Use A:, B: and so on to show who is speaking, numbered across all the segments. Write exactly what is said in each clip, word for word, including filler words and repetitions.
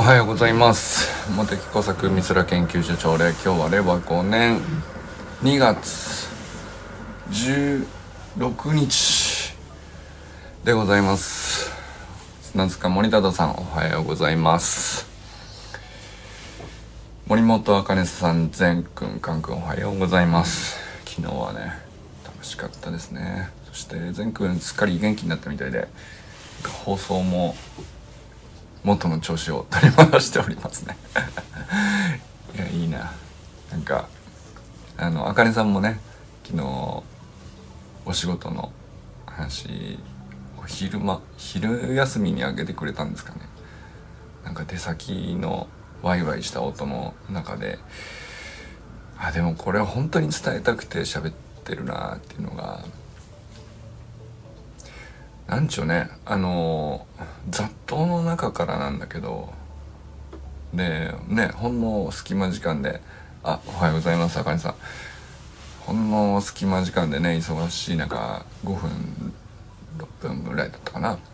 A: はようございます。茂木工作美空研究所長令。今日はれいわごねんにがつじゅうろくにちでございます。なんですか、森忠さんおはようございます。森本茜さん、善くん、かんくんおはようございます。昨日はね楽しかったですね。そして善くんすっかり元気になったみたいで、放送も元の調子を取り戻しておりますねいやいいな。なんかあのあかねさんもね、昨日お仕事の話を昼間昼休みにあげてくれたんですかね。なんか出先のワイワイした音の中で、あでもこれは本当に伝えたくて喋ってるなっていうのが、なんちゅうね、あの雑踏の中からなんだけど、でね、ほんの隙間時間で、あおはようございます、あかねさん。ほんの隙間時間でね、忙しい中ごふんろっぷんぐらいだったかな、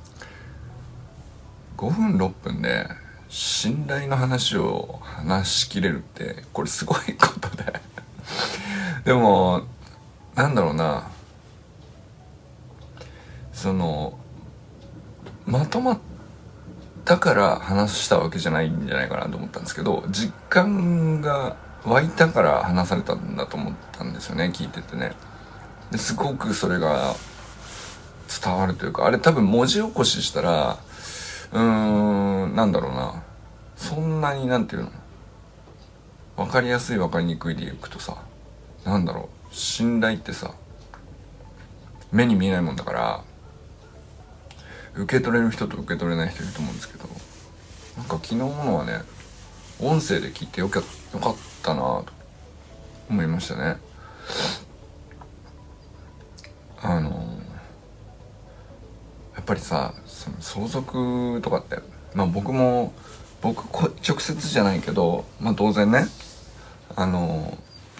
A: ごふんろっぷんで信頼の話を話しきれるってこれすごいことででもなんだろうな、そのまとまったから話したわけじゃないんじゃないかなと思ったんですけど、実感が湧いたから話されたんだと思ったんですよね、聞いててね。ですごくそれが伝わるというか、あれ多分文字起こししたらうーんなんだろうな、そんなになんていうの、分かりやすい分かりにくいでいくとさ、なんだろう、信頼ってさ目に見えないもんだから、受け取れる人と受け取れない人いると思うんですけど、なんか昨日ののはね、音声で聞いてよかよかったなと思いましたね。あのやっぱりさ、その相続とかって、まあ僕も僕直接じゃないけど、まあ当然ね、あの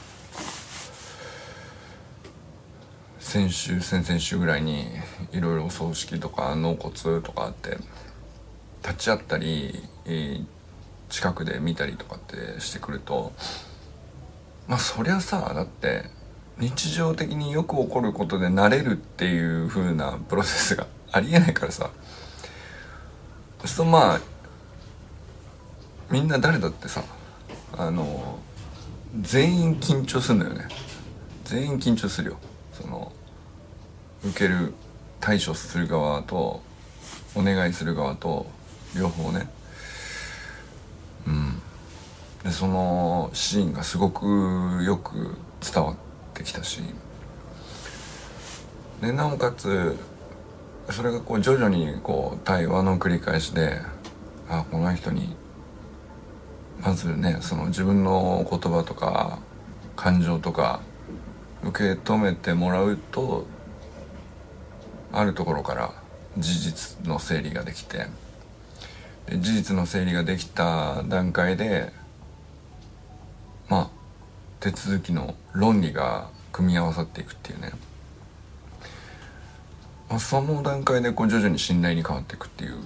A: 先週先々週ぐらいにいろいろお葬式とか納骨とかあって立ち会ったり、近くで見たりとかってしてくると、まあそりゃさ、だって日常的によく起こることで慣れるっていう風なプロセスがありえないからさ、そうするとまあみんな誰だってさ、あの全員緊張するんだよね。全員緊張するよ。その受ける対処する側とお願いする側と両方ね。うんでそのシーンがすごくよく伝わってきたし、でなおかつそれがこう徐々にこう対話の繰り返しで、あこの人にまずね、その自分の言葉とか感情とか受け止めてもらうと、あるところから事実の整理ができて、で事実の整理ができた段階で、まあ手続きの論理が組み合わさっていくっていうね、まあ、その段階でこう徐々に信頼に変わっていくっていう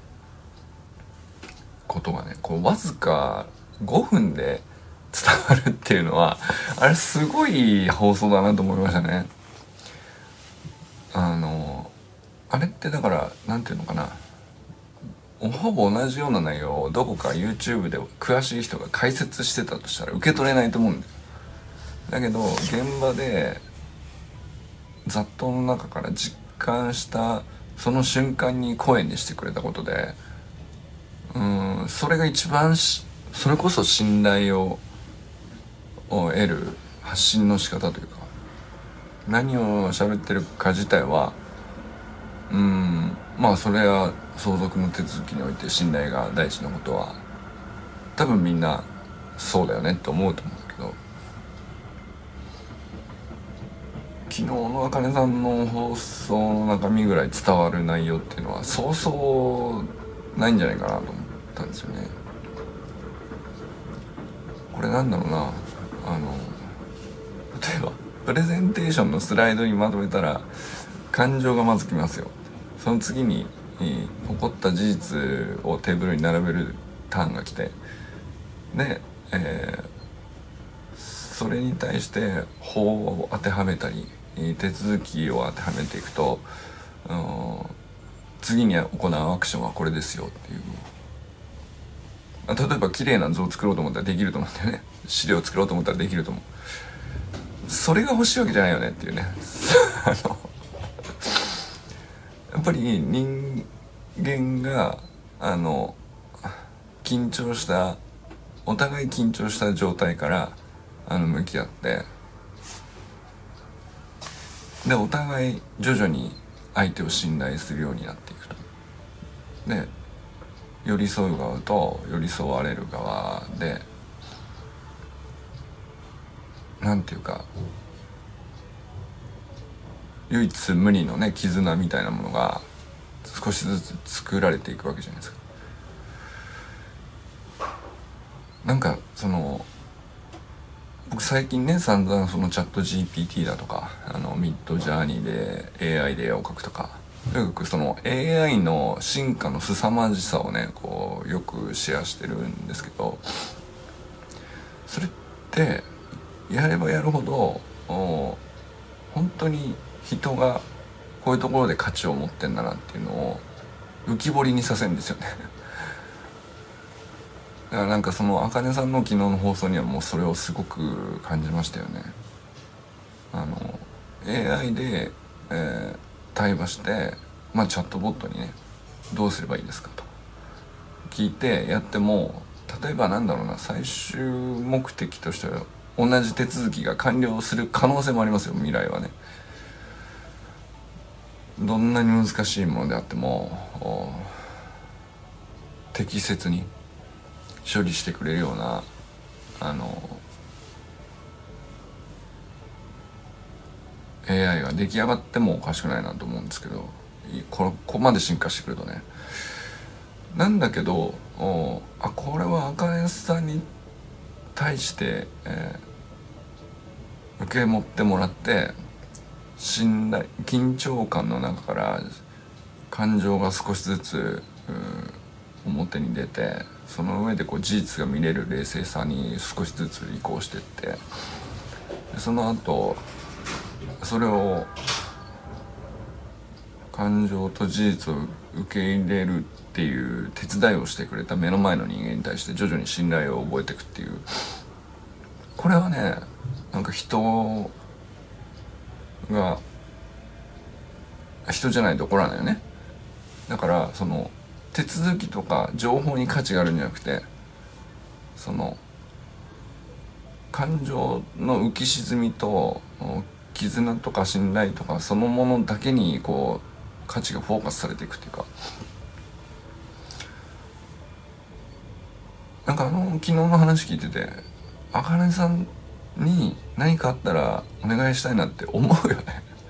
A: ことがね、こうわずかごふんで伝わるっていうのは、あれすごい放送だなと思いましたね。あのあれってだからなんていうのかな、ほぼ同じような内容をどこか YouTube で詳しい人が解説してたとしたら受け取れないと思うんだよ。だけど現場で雑踏の中から実感したその瞬間に声にしてくれたことで、うーんそれが一番しそれこそ信頼をを得る発信の仕方というか、何を喋ってるか自体はうーんまあそれは相続の手続きにおいて信頼が大事なことは多分みんなそうだよねって思うと思うんだけど、昨日のあかねさんの放送の中身ぐらい伝わる内容っていうのはそうそうないんじゃないかなと思ったんですよね。これなんだろうな、あの例えばプレゼンテーションのスライドにまとめたら感情がまずきますよ。その次に、えー、起こった事実をテーブルに並べるターンが来て、で、えー、それに対して法を当てはめたり手続きを当てはめていくと、うん、次に行うアクションはこれですよっていう。例えば綺麗な図を作ろうと思ったらできると思うんだよね。資料を作ろうと思ったらできると思う。それが欲しいわけじゃないよねっていうねあのやっぱり人間があの緊張したお互い緊張した状態からあの向き合って、でお互い徐々に相手を信頼するようになっていくと。で寄り添う側と寄り添われる側で、なんていうか唯一無二のね絆みたいなものが少しずつ作られていくわけじゃないですか。なんかその僕最近ね散々そのチャット ジーピーティー だとかあのミッドジャーニーで エーアイ で絵を描くとか、とにかくその エーアイ の進化の凄まじさをねこうよくシェアしてるんですけど、それってやればやるほど本当に人がこういうところで価値を持ってんだなっていうのを浮き彫りにさせるんですよねだからなんかそのあかねさんの昨日の放送にはもうそれをすごく感じましたよね。あの エーアイ で、えー、対話して、まあ、チャットボットにねどうすればいいですかと聞いてやっても、例えばなんだろうな、最終目的としては同じ手続きが完了する可能性もありますよ、未来はね。どんなに難しいものであっても適切に処理してくれるようなあの エーアイ が出来上がってもおかしくないなと思うんですけど、ここまで進化してくるとね。なんだけどあこれはあかねさんに対して、えー、受け持ってもらって信頼緊張感の中から感情が少しずつ表に出て、その上でこう事実が見れる冷静さに少しずつ移行していって、その後それを感情と事実を受け入れるっていう手伝いをしてくれた目の前の人間に対して徐々に信頼を覚えていくっていう、これはねなんか人が人じゃないと起こらないよね。だからその手続きとか情報に価値があるんじゃなくて、その感情の浮き沈みと絆とか信頼とかそのものだけにこう価値がフォーカスされていくっていうか、なんかあの昨日の話聞いてて、あかねさんに何かあったらお願いしたいなって思うよね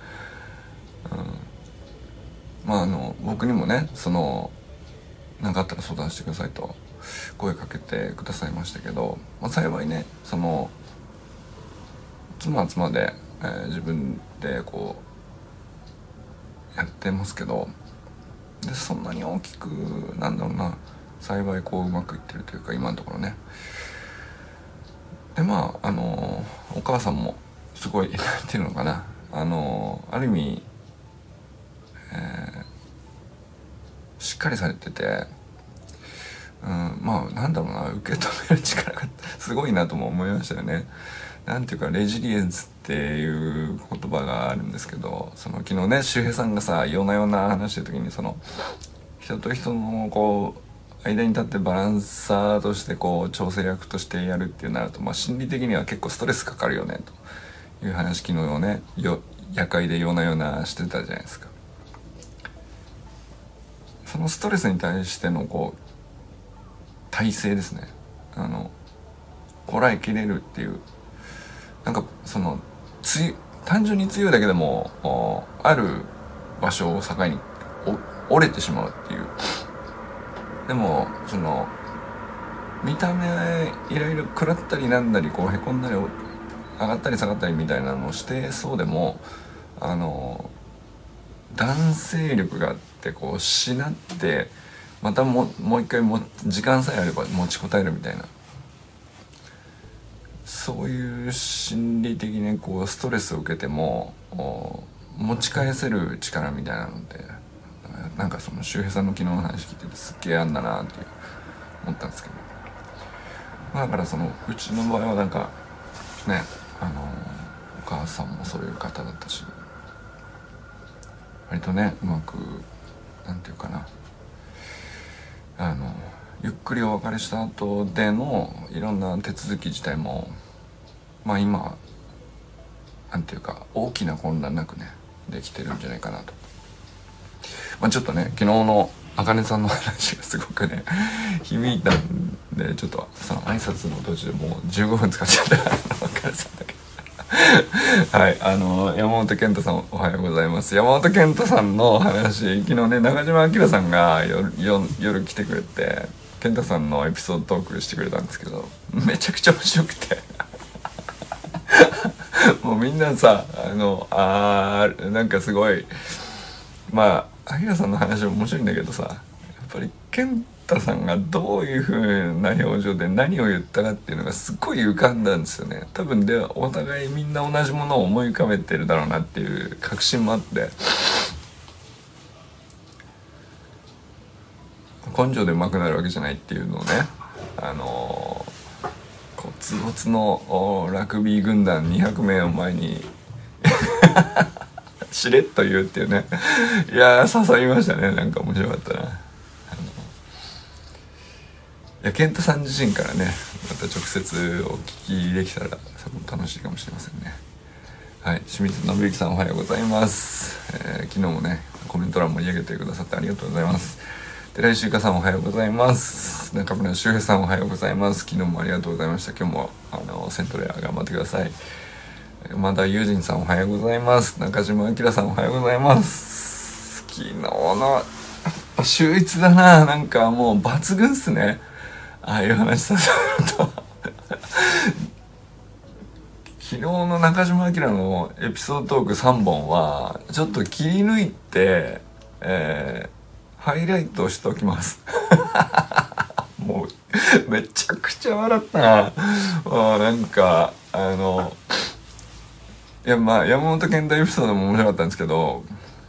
A: うん、まああの僕にもねその何かあったら相談してくださいと声かけてくださいましたけど、まあ、幸いねその妻は妻で、えー、自分でこうやってますけど、でそんなに大きくなんだろうな、幸いこううまくいってるというか今のところね。でまああのお母さんもすごいなんていうのかな、あのある意味、えー、しっかりされてて、うん、まあなんだろうな、受け止める力がすごいなとも思いましたよね。なんていうかレジリエンスっていう言葉があるんですけど、その昨日ね周平さんがさ夜な夜な話してる時に、その人と人のこう間に立ってバランサーとしてこう調整役としてやるってなると、まあ、心理的には結構ストレスかかるよねという話昨日ねよ夜会で夜な夜なしてたじゃないですか。そのストレスに対してのこう耐性ですね、あのこらえきれるっていう、なんかそのつ単純に強いだけでもある場所を境に折れてしまうっていう。でもその見た目いろいろ食らったりなんだりこうへこんだり上がったり下がったりみたいなのをしてそうでも、あの男性力があってこうしなってまたももう一回も時間さえあれば持ちこたえるみたいな、そういう心理的にこうストレスを受けても持ち返せる力みたいなので、なんかその周平さんの昨日の話聞いててすっげえあんだなって思ったんですけど、だからそのうちの場合はなんかね、あのお母さんもそういう方だったし、割とねうまくなんていうかな、あのゆっくりお別れした後でのいろんな手続き自体もまあ今なんていうか大きな混乱なくねできてるんじゃないかなと。まあちょっとね昨日のあかねさんの話がすごくね響いたんで、ちょっとその挨拶の途中でもうじゅうごふん使っちゃったあかねさんだけはい、あの山本健太さんおはようございます。山本健太さんの話、昨日ね中島明さんが夜、夜来てくれて健太さんのエピソードトークしてくれたんですけど、めちゃくちゃ面白くてもうみんなさ、あのあーなんかすごい、まあ明さんの話も面白いんだけどさ、やっぱり健太さんがどういう風な表情で何を言ったかっていうのがすっごい浮かんだんですよね。多分でお互いみんな同じものを思い浮かべてるだろうなっていう確信もあって、根性で上手くなるわけじゃないっていうのをね、あのー、コツコツのラグビー軍団にひゃくめいを前にしれっと言うっていうね、いやー刺さりましたね。なんか面白かったな。あのいや健太さん自身からねまた直接お聞きできたら多分楽しいかもしれませんね。はい、清水信之さんおはようございます、えー、昨日もねコメント欄盛り上げてくださってありがとうございます。寺井修香さんおはようございます。中村修平さんおはようございます。昨日もありがとうございました。今日もあのセントレア頑張ってください。まだ友人さんおはようございます。中島明さんおはようございます。昨日の秀逸だな、なんかもう抜群っすね、ああいう話させると昨日の中島明のエピソードトークさんぼんはちょっと切り抜いて、えー、ハイライトしておきますもうめちゃくちゃ笑ったな。あなんかあのいやまあ山本健太エピソードも面白かったんですけど、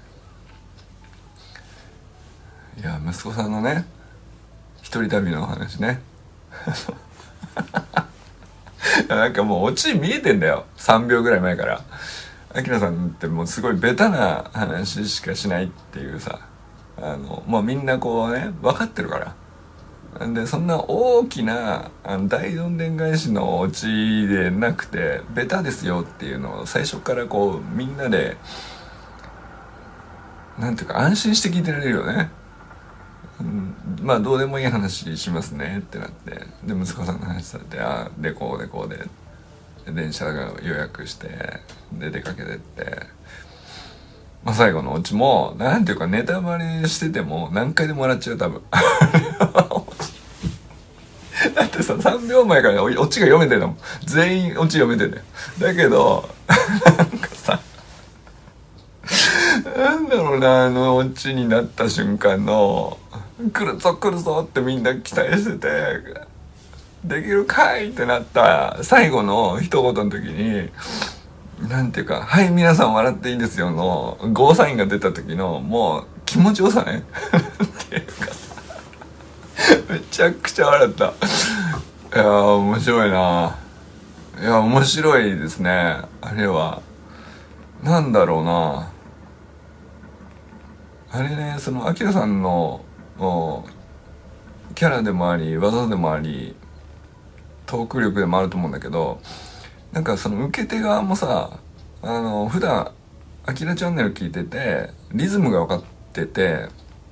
A: いや息子さんのね一人旅のお話ねなんかもうオチ見えてんだよ、さんびょうぐらい前から。アキラさんってもうすごいベタな話しかしないっていうさ、あのもうみんなこうね分かってるから。でそんな大きなあの大どんでん返しのオチでなくてベタですよっていうのを最初からこうみんなでなんていうか安心して聞いてられるよね。うん、まあどうでもいい話しますねってなって、で息子さんの話されて、あでこうでこうで電車が予約してで出かけてって、まあ、最後のオチもなんていうかネタバレしてても何回でも笑っちゃう多分だってささんびょうまえからオチが読めてんだもん、全員オチ読めてんだよ。だけどなんかさなんだろうな、あのオチになった瞬間の来るぞ来るぞってみんな期待してて、できるかいってなった最後の一言の時になんていうか、はい皆さん笑っていいですよのゴーサインが出た時のもう気持ちよさねっていうかめちゃくちゃ笑った。いやー面白いな。いや面白いですね。あれはなんだろうな、あれね、そのアキラさんのキャラでもあり技でもありトーク力でもあると思うんだけど、なんかその受け手側もさ、あの普段アキラチャンネル聞いててリズムが分かってて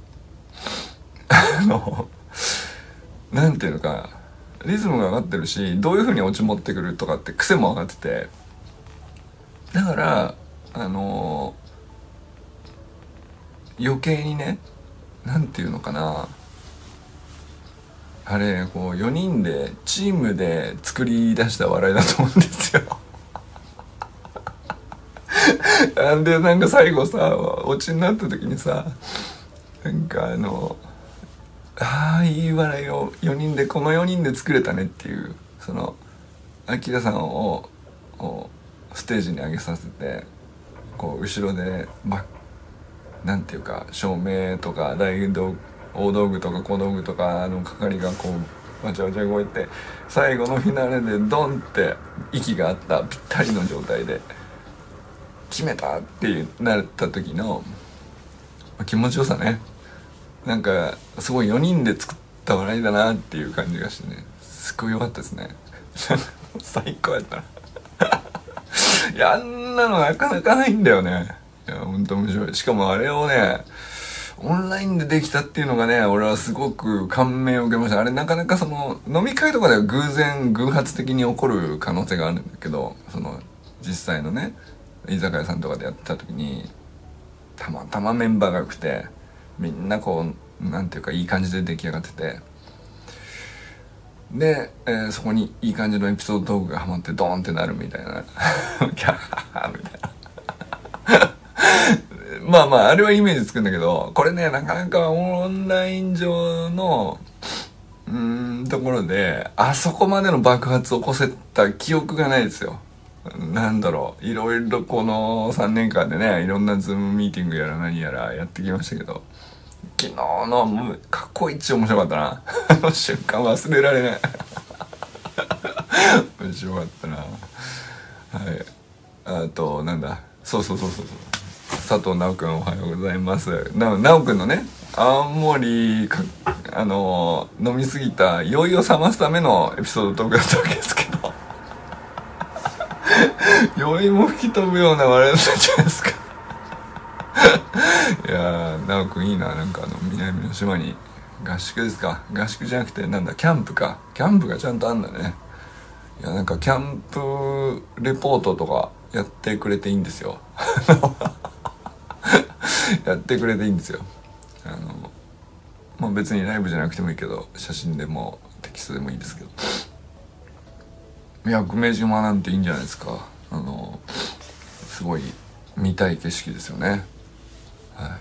A: あのなんていうのか、リズムが分かってるしどういう風にオチ持ってくるとかって癖も分かってて、だからあの余計にね、なんていうのかな、あれこうよにんでチームで作り出した笑いだと思うんですよなんでなんか最後さオチになった時にさ、なんかあのああいい笑いをよにんでこのよにんで作れたねっていう、そのアキラさんをステージに上げさせて、こう後ろでバッなんていうか照明とか大道大道具とか小道具とかあの係がこうわちゃわちゃ動いて、最後のフィナーレでドンって息が合ったぴったりの状態で決めたってなった時の気持ちよさね、なんかすごいよにんで作った笑いだなっていう感じがしてね、すごい良かったですね最高やったないやあんなのなかなかないんだよね。いやほんと面白い。しかもあれをねオンラインでできたっていうのがね、俺はすごく感銘を受けました。あれなかなかその飲み会とかでは偶然偶発的に起こる可能性があるんだけど、その実際のね居酒屋さんとかでやってた時にたまたまメンバーが良くて、みんなこうなんていうかいい感じで出来上がってて、で、えー、そこにいい感じのエピソードトークがハマってドーンってなるみたいなキャッハッハみたいなまあまああれはイメージつくんだけど、これねなかなかオンライン上のうーんところであそこまでの爆発を起こせた記憶がないですよ。なんだろう、いろいろこのさんねんかんでねいろんなズームミーティングやら何やらやってきましたけど、昨日のもう過去一面白かったなあの瞬間忘れられない面白かったな。はい。あとなんだ、そうそうそうそうそう、佐藤直くんおはようございます。な直くんのね青森かあの飲みすぎた酔いを覚ますためのエピソードトークだったわけですけど酔いも吹き飛ぶような笑いだったじゃないですかいやー直くんいいな、なんかあの南の島に合宿ですか、合宿じゃなくてなんだキャンプか、キャンプがちゃんとあんだね。いやなんかキャンプレポートとかやってくれていいんですよやってくれていいんですよ。あのまあ別にライブじゃなくてもいいけど写真でもテキストでもいいですけど、いや久米島なんていいんじゃないですか。あのすごい見たい景色ですよね。はい、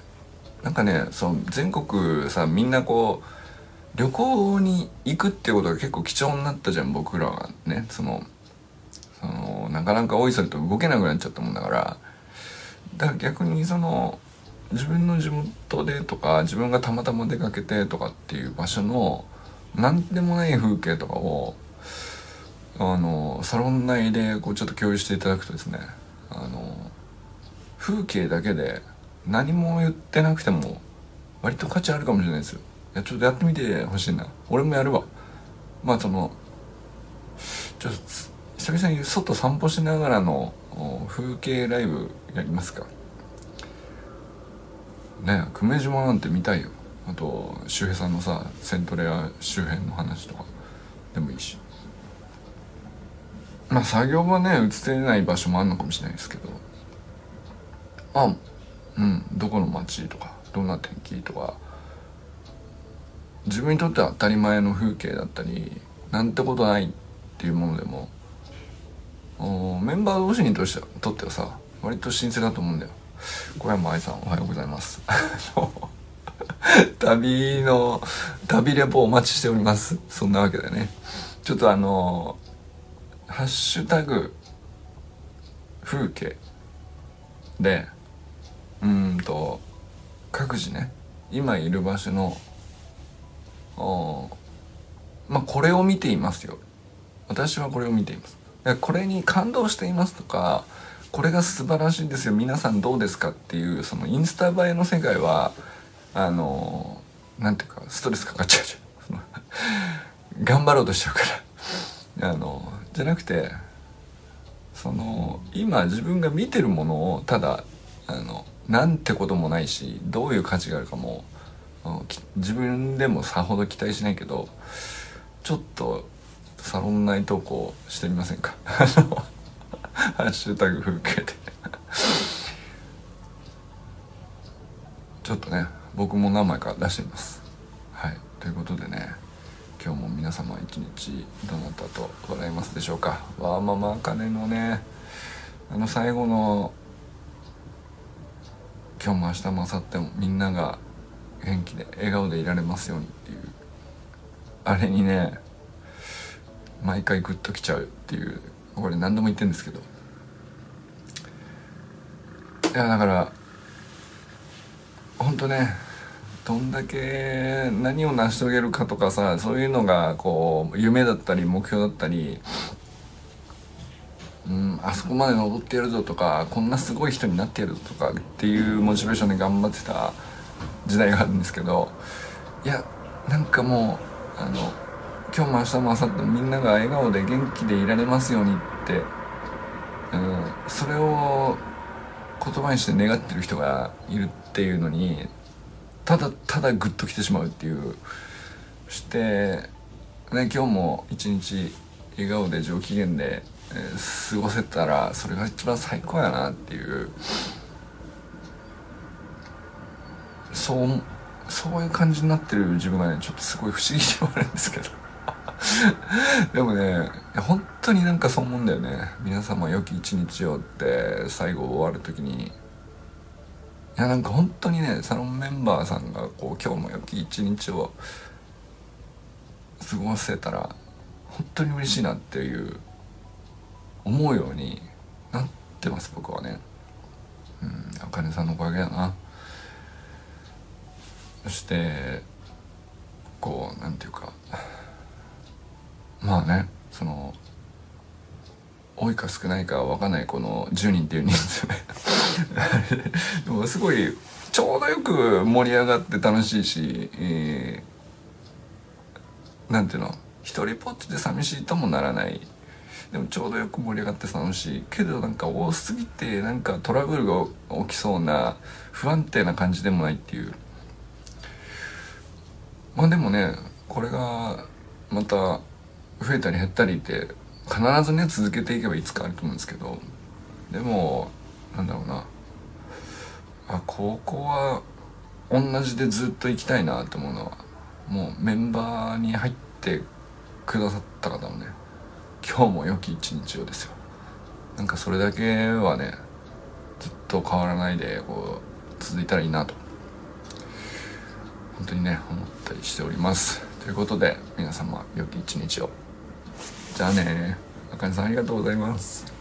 A: なんかねその全国さみんなこう旅行に行くっていうことが結構貴重になったじゃん、僕らはね。そのそのなかなかおいそれと動けなくなっちゃったもんだから、だから逆にその自分の地元でとか自分がたまたま出かけてとかっていう場所の何でもない風景とかをあのサロン内でこうちょっと共有していただくとですね、あの風景だけで何も言ってなくても割と価値あるかもしれないですよ。いやちょっとやってみてほしいな、俺もやるわ。まあそのちょっと久々に外散歩しながらの風景ライブやりますかね。久米島なんて見たいよ。あと周平さんのさセントレア周辺の話とかでもいいし、まあ作業場ね映せない場所もあるのかもしれないですけど、あうんどこの街とかどんな天気とか、自分にとっては当たり前の風景だったりなんてことないっていうものでもメンバー同士にとしてとってはさ割と新鮮だと思うんだよ。小山愛さんおはようございます旅の旅レポお待ちしております。そんなわけでね、ちょっとあのハッシュタグ風景でうーんと各自ね今いる場所のまあこれを見ていますよ、私はこれを見ています、これに感動していますとか、これが素晴らしいんですよ皆さんどうですかっていうそのインスタ映えの世界はあのなんていうかストレスかかっちゃうじゃん頑張ろうとしちゃうからあのじゃなくて、その今自分が見てるものをただあのなんてこともないしどういう価値があるかも自分でもさほど期待しないけど、ちょっとサロン内投稿してみませんかハッシュタグ風景でちょっとね僕も何枚か出してみます。はい、ということでね今日も皆様一日どなたと笑いますでしょうか。わーママあかねのねあの最後の今日も明日も明後日もみんなが元気で笑顔でいられますようにっていう、あれにね毎回グッときちゃうっていう、これ何度も言ってるんですけど、いやだから本当ね、どんだけ何を成し遂げるかとかさ、そういうのがこう夢だったり目標だったり、うん、あそこまで登ってやるぞとか、こんなすごい人になってやるぞとかっていうモチベーションで頑張ってた時代があるんですけど、いやなんかもうあの今日も明日も明後日もみんなが笑顔で元気でいられますようにって、うん、それを言葉にして願ってる人がいるっていうのにただただグッときてしまうっていう。そしてね、今日も一日笑顔で上機嫌で、えー、過ごせたらそれが一番最高やなっていう、そうそういう感じになってる自分がねちょっとすごい不思議ではあるんですけどでもね本当になんかそう思うんだよね。皆様良き一日をって最後終わる時に、いやなんか本当にねサロンメンバーさんがこう今日も良き一日を過ごせたら本当に嬉しいなっていう思うようになってます僕はね。うん、あかねさんのおかげだな。そしてこうなんていうか、まあね、その多いか少ないか分かんないこのじゅうにんっていう人数ねでもすごいちょうどよく盛り上がって楽しいし、えー、なんていうの、一人ぽっちで寂しいともならない、でもちょうどよく盛り上がって楽しいけど、なんか多すぎてなんかトラブルが起きそうな不安定な感じでもないっていう。まあでもね、これがまた増えたり減ったりって必ずね続けていけばいつかあると思うんですけど、でもなんだろうな、あここは同じでずっと行きたいなと思うのは、もうメンバーに入ってくださった方のね今日も良き一日をですよ。なんかそれだけはねずっと変わらないでこう続いたらいいなと本当にね思ったりしております。ということで皆様良き一日を。じゃあね、あかねさんありがとうございます。